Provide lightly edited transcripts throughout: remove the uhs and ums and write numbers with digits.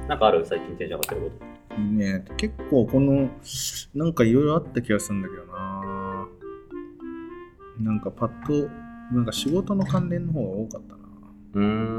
なんかある最近テンション上がってること。 ね、結構このなんかいろいろあった気がするんだけどな。なんかパッとなんか仕事の関連の方が多かったな。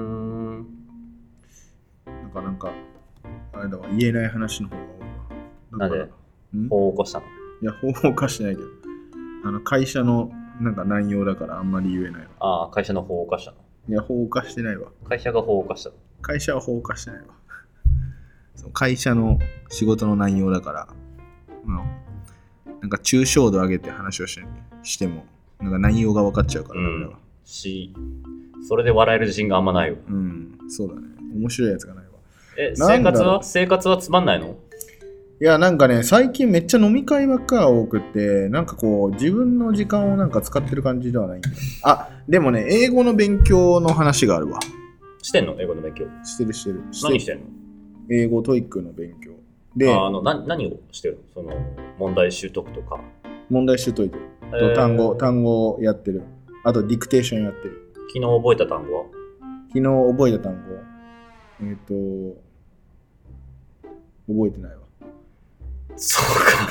なんかあれだわ、言えない話の方が多いわ。 なんで法を起こしたの？ いや、法を起こしてないけど、会社のなんか内容だからあんまり言えないわ。 ああ、会社の法を犯したの？ いや、法を犯してないわ。 会社が法を犯したの？ 会社は法を犯してないわ。その会社の仕事の内容だから、なんか抽象度上げて話をしてもなんか内容が分かっちゃうから、 それで笑える自信があんまないわ。 そうだね。面白いやつがないわ。 生活はつまんないの？ いや、なんかね、最近めっちゃ飲み会ばっか多くて、なんかこう自分の時間をなんか使ってる感じではないんだよ。あ、でもね、英語の勉強の話があるわ。 してんの？英語の勉強してる。 何してんの？ 英語トイックの勉強で、 何をしてるの？その問題習得とか。 問題集解いてる。単語をやってる。あとディクテーションやってる。 昨日覚えた単語は？ 昨日覚えた単語、覚えてないわ。 そうか。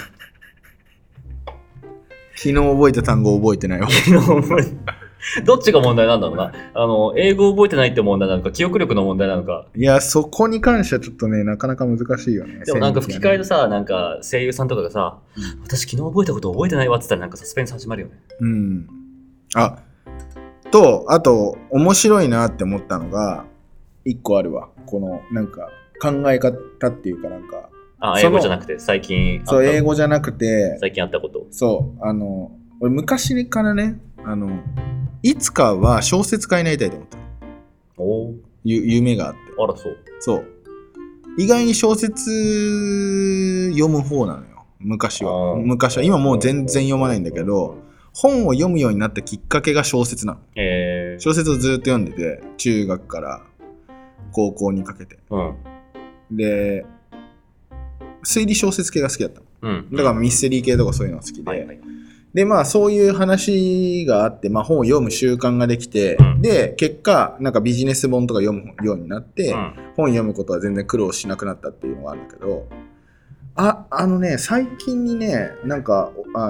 昨日覚えた単語覚えてないわ。 どっちが問題なんだろうな。英語覚えてないって問題なのか、記憶力の問題なのか。 いや、そこに関してはちょっとね、なかなか難しいよね。 でもなんか吹き替えのさ、なんか声優さんとかがさ、私昨日覚えたこと覚えてないわって言ったらなんかサスペンス始まるよね。 あと面白いなって思ったのが一個あるわ。このなんか考え方っていうかなんか。 英語じゃなくて最近そう、英語じゃなくて最近あったこと。 そう、俺昔からね、いつかは小説家になりたいと思ったの。夢があって。 あら、そう。 そう。意外に小説読む方なのよ。昔は。今もう全然読まないんだけど、本を読むようになったきっかけが小説なの。小説をずっと読んでて、中学から高校にかけて。で、推理小説系が好きだったの。だからミステリー系とかそういうのが好きで。で、まあそういう話があって、まあ本を読む習慣ができて、で、結果、なんかビジネス本とか読むようになって、本読むことは全然苦労しなくなったっていうのがあるんだけど、最近にね、なんか、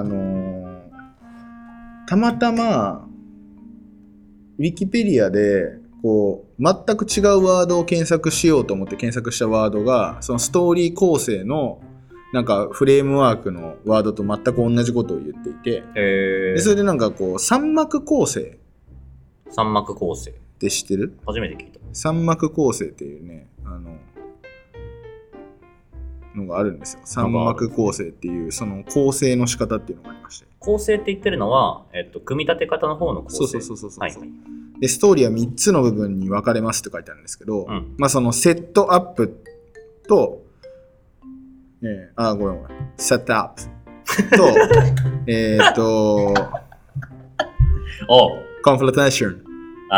たまたま、ウィキペディアで、こう、全く違うワードを検索しようと思って検索したワードが、そのストーリー構成の、なんかフレームワークのワードと全く同じことを言っていて、でそれでなんかこう三幕構成って知ってる？ 初めて聞いた。 三幕構成っていうね、のがあるんですよ。三幕構成っていうその構成の仕方っていうのがありまして。 構成って言ってるのは、組み立て方の方の構成。 そう。でストーリーは3つの部分に分かれますって書いてあるんですけど、まあそのセットアップとごめん。セットアップと、コンフロンテーション。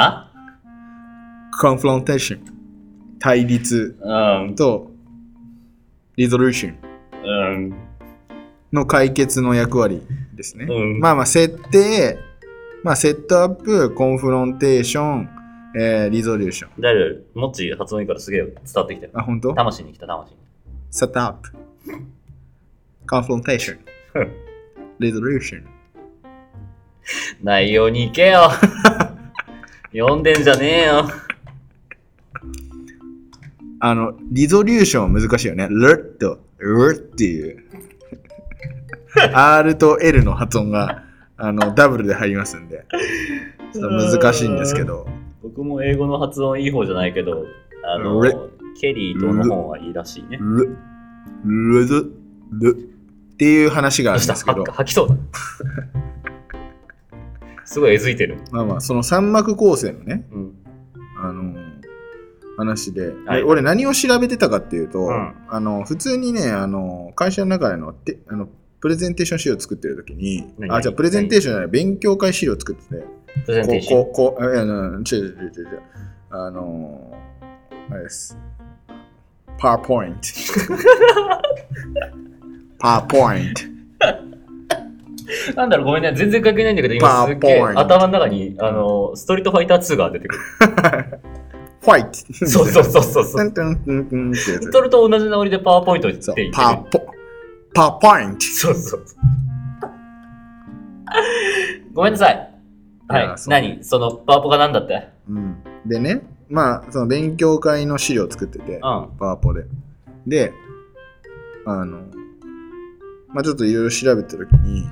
コンフロンテーション。対立と、リゾリューションの解決の役割ですね。まあ設定、セットアップ、コンフロンテーション、リゾリューション。 だいぶ、もっち発音いいからすげえ伝わってきたよ。 あ、本当？ 魂に来た。 セットアップ。コンフロンテーション。リゾリューション。 内容に行けよ。読んでんじゃねえよ。 リゾリューションは難しいよね。ルっていう。R と L の発音が、ダブルで入りますんで。ちょっと難しいんですけど。 僕も英語の発音いい方じゃないけど、ケリーとの方はいいらしいね。 ルっていう話があるんですけど。 吐きそうだ。すごいえずいてる。 その三幕構成のね、話で、俺何を調べてたかっていうと、普通にね、会社の中でのプレゼンテーション資料を作ってるときに、プレゼンテーションじゃない、勉強会資料を作ってて、 プレゼンテーション。 あれです。パワーポイント。 なんだろう、ごめんね、全然関係ないんだけど、今すっげえ頭の中にストリートファイター2が出てくる。 ファイト。 そうそうそうそうそう。 トントントンってやつ。 それと同じノリでパワーポイントって言ってる。 パワーポイント。 そうそう。ごめんなさい。はい。何そのパワポが何だって？ でね、まあ、その勉強会の資料を作ってて、パワポで。で、まあちょっといろいろ調べたときに、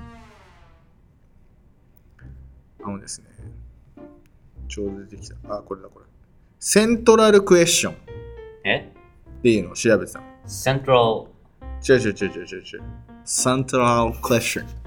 ですね、ちょうど出てきた。これだ、これ。セントラルクエスチョン。っていうのを調べてたの。 セントラル。 違う。セントラルクエスチョン。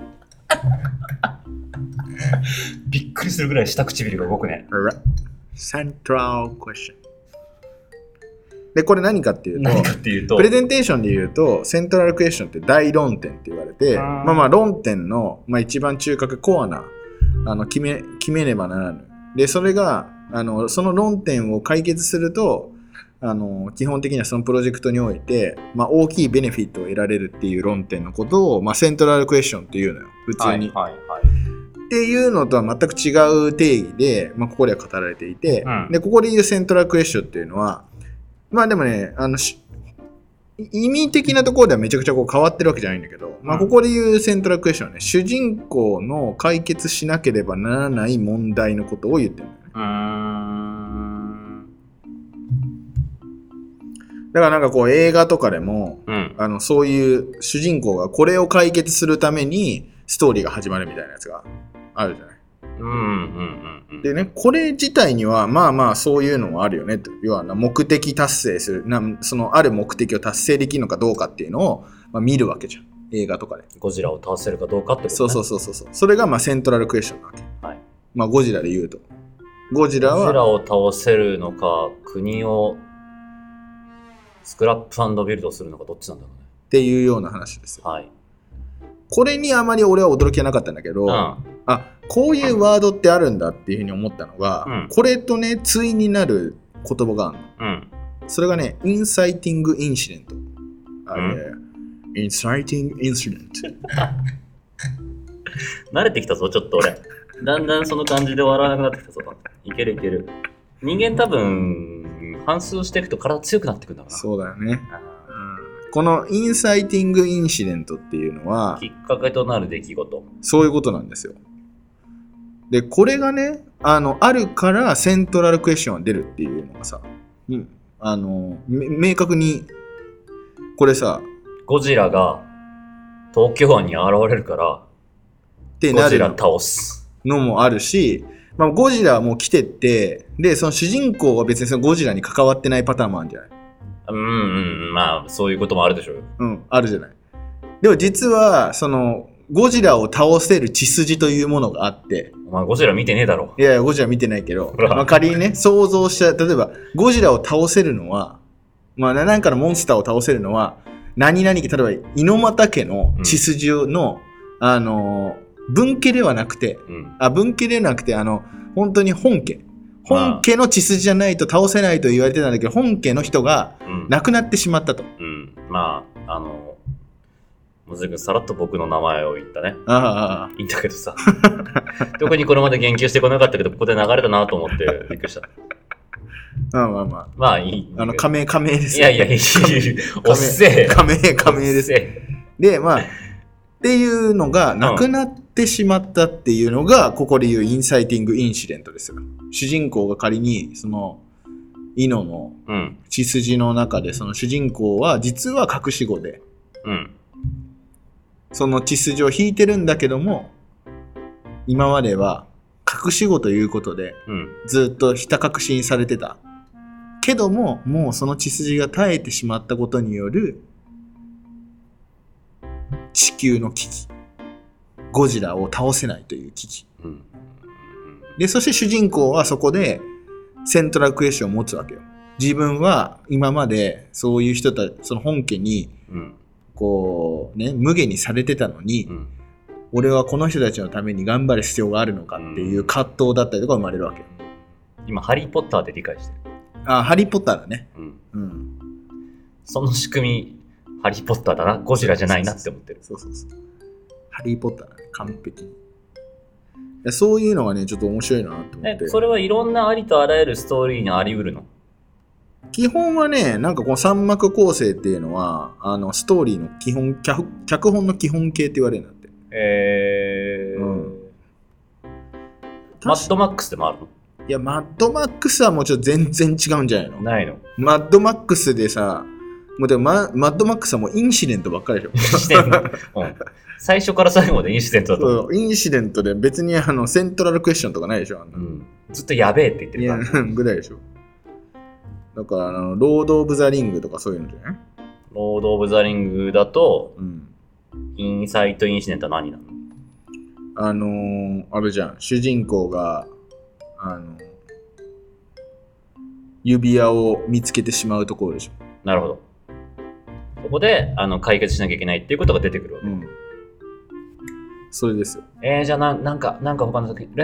びっくりするぐらい下唇が動くね。 セントラルクエスチョン。で、これ何かっていうと、プレゼンテーションで言うと、セントラルクエスチョンって大論点って言われて、まあ論点の、一番中核コアな、決めねばならぬ。で、それが、その論点を解決すると、基本的にはそのプロジェクトにおいて、大きいベネフィットを得られるっていう論点のことを、セントラルクエスチョンっていうのよ、普通に。っていうのとは全く違う定義で、ここでは語られていて、で、ここで言うセントラルクエスチョンっていうのは、でもね、意味的なところではめちゃくちゃこう変わってるわけじゃないんだけど、ここで言うセントラルクエスチョンはね、主人公の解決しなければならない問題のことを言ってるんだよね。だからなんかこう映画とかでも、そういう主人公がこれを解決するためにストーリーが始まるみたいなやつがあるじゃない。でね、これ自体にはそういうのはあるよねと。要は目的達成するそのある目的を達成できるのかどうかっていうのを、見るわけじゃん、映画とかで。 ゴジラを倒せるかどうかってことね。 そうそれがセントラルクエスチョンなわけ。ゴジラで言うとゴジラを倒せるのか、国をスクラップ&ビルドするのか、どっちなんだろうねっていうような話ですよ。これにあまり俺は驚きはなかったんだけど、こういうワードってあるんだっていうふうに思ったのが、これとね、対になる言葉があるの。それがね、インサイティングインシデント。インサイティングインシデント。 慣れてきたぞ、ちょっと俺。だんだんその感じで笑わなくなってきたぞ。いける。人間多分、反芻していくと体強くなってくるんだろうな。 そうだよね。このインサイティングインシデントっていうのはきっかけとなる出来事。 そういうことなんですよ。で、これがね、あるからセントラルクエスチョンが出るっていうのがさ、明確に、これさ、 ゴジラが東京湾に現れるから、ゴジラ倒すのもあるし、ゴジラはもう来てって、で、その主人公は別にそのゴジラに関わってないパターンもあるんじゃない？ そういうこともあるでしょう。 あるじゃない。でも実は、その、ゴジラを倒せる血筋というものがあって。 お前ゴジラ見てねえだろ。 いや、ゴジラ見てないけど、仮にね、想像した、例えば、ゴジラを倒せるのは、何かのモンスターを倒せるのは、何々家、例えば、猪俣家の血筋の、分家ではなくて、分家ではなくて、本当に本家の血筋じゃないと倒せないと言われてたんだけど、本家の人が亡くなってしまったと。 もずくんさらっと僕の名前を言ったね。いいんだけどさ。特にこれまで言及してこなかったけど、ここで流れたなと思ってびっくりした。いい。 仮名ですね。いや、おっせえ。 仮名です。で、っていうのがなくなってしまったっていうのが、ここで言うインサイティングインシデントですよ。主人公が仮に、その、イノの血筋の中で、その主人公は実は隠し子で、その血筋を引いてるんだけども、今までは隠し子ということで、ずっとひた隠しにされてた。けども、もうその血筋が絶えてしまったことによる地球の危機。ゴジラを倒せないという危機。で、そして主人公はそこでセントラルクエスチョンを持つわけよ。自分は今までそういう人たち、その本家に、こうね、無下にされてたのに、俺はこの人たちのために頑張る必要があるのかっていう葛藤だったりとか生まれるわけよ。 今ハリーポッターで理解してる。 ハリーポッターだね。 その仕組みハリーポッターだな、ゴジラじゃないなって思ってる。 そうハリーポッターだね、完璧に。そういうのがね、ちょっと面白いなと思って。 それはいろんなありとあらゆるストーリーにあり得るの？ 基本はね、なんかこの三幕構成っていうのは、ストーリーの基本、脚本の基本形って言われるんだって。 マッドマックスでもあるの？ いや、マッドマックスはもうちょっと全然違うんじゃないの？ ないの？ マッドマックスでさ、もうでもマッドマックスはもうインシデントばっかりでしょ。 インシデント、最初から最後までインシデントだと思う。 インシデントで別にセントラルクエスチョンとかないでしょ、あんな。 ずっとやべえって言ってるから。 ぐらいでしょ。だからロード・オブ・ザ・リングとかそういうのじゃない？ ロード・オブ・ザ・リングだと、インサイト・インシデントは何なの？ あれじゃん、主人公が指輪を見つけてしまうところでしょ。 なるほど。そこで解決しなきゃいけないっていうことが出てくるわけ。 それですよ。 じゃあなんか他の作品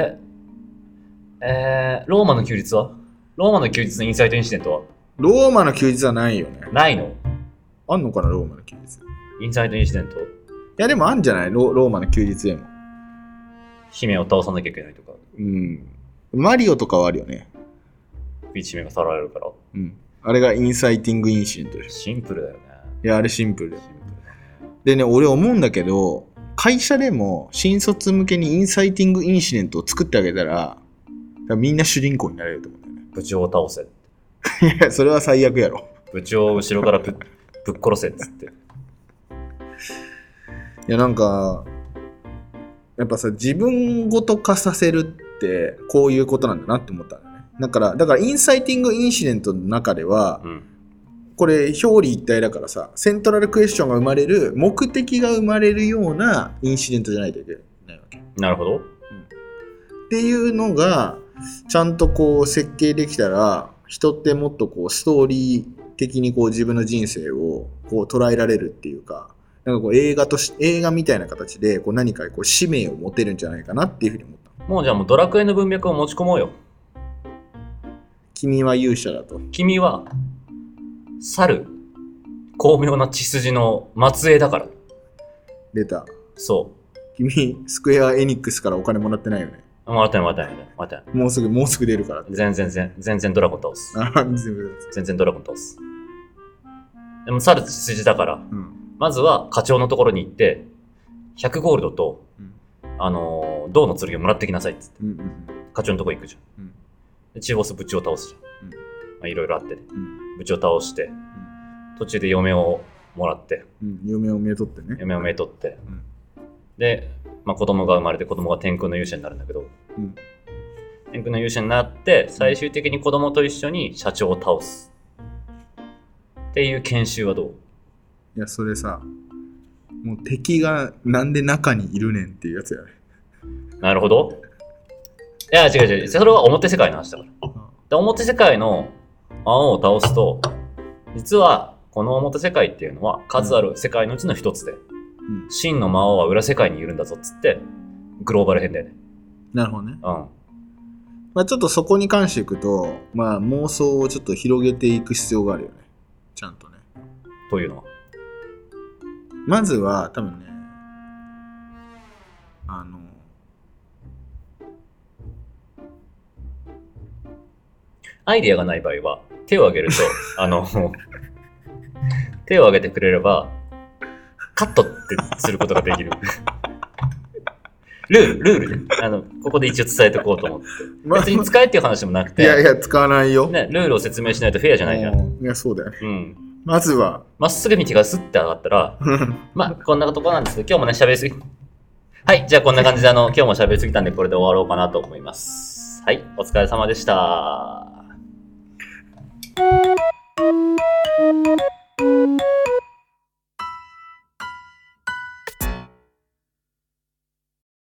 ローマの休日は？ローマの休日のインサイトインシデントは？ ローマの休日はないよね。 ないの？ あんのかな、ローマの休日。 インサイトインシデント？いやでもあんじゃない？ローマの休日でも。 姫を倒さなきゃいけないとか。 マリオとかはあるよね。 ピーチ姫がさられるから。 あれがインサイティングインシデントでしょ。 シンプルだよね。 いや、あれシンプルだよ。でね、俺思うんだけど、会社でも新卒向けにインサイティングインシデントを作ってあげたらみんな主人公になれると思うんだよね。 部長を倒せ。 いや、それは最悪やろ。 部長を後ろからぶっ殺せっつって。 いや、なんか、やっぱさ、自分ごと化させるってこういうことなんだなって思ったんだよね。だからインサイティングインシデントの中では、これ表裏一体だからさ、セントラルクエスチョンが生まれる、目的が生まれるようなインシデントじゃないといけないわけ。 なるほど。 っていうのがちゃんとこう設計できたら、人ってもっとこうストーリー的にこう自分の人生をこう捉えられるっていうか、なんかこう映画みたいな形でこう何かこう使命を持てるんじゃないかなっていうふうに思った。 もうじゃあもうドラクエの文脈を持ち込もうよ。 君は勇者だと。 君は猿、巧妙な血筋の末裔だから。 出た。 そう。 君スクエアエニックスからお金もらってないよね。 もらってない。 もうすぐ出るから。 全然ドラゴン倒す。全然ドラゴン倒す。でも猿血筋だから、まずは課長のところに行って100ゴールドと、銅の剣をもらってきなさいっつって、課長のところ行くじゃん。で中ボス部長倒すじゃん。いろいろあって、ね部長倒して、途中で嫁をもらって、 嫁をめとってね。 嫁をめとって、で、子供が生まれて子供が天空の勇者になるんだけど、天空の勇者になって最終的に子供と一緒に社長を倒すっていう研修はどう？ いや、それさ、もう敵がなんで中にいるねんっていうやつやね。 なるほど。いや、違う。それは表世界の話だから。で、表世界の魔王を倒すと、実はこの表世界っていうのは数ある世界のうちの一つで、真の魔王は裏世界にいるんだぞっつって、グローバル編だよね。 なるほどね。ちょっとそこに関していくと、妄想をちょっと広げていく必要があるよね。ちゃんとね。 というのは、 まずは多分ね、 アイディアがない場合は手を挙げると手を挙げてくれればカットってすることができる。ルールここで一応伝えておこうと思って、別に使えっていう話もなくて、 いや使わないよ、 ね、ルールを説明しないとフェアじゃないじゃん。 いや、そうだよね。まずはまっすぐ道がスッて上がったらこんなとこなんですけど、今日もね喋りすぎ、はい、じゃあこんな感じで今日も喋りすぎたんでこれで終わろうかなと思います。はい、お疲れ様でした。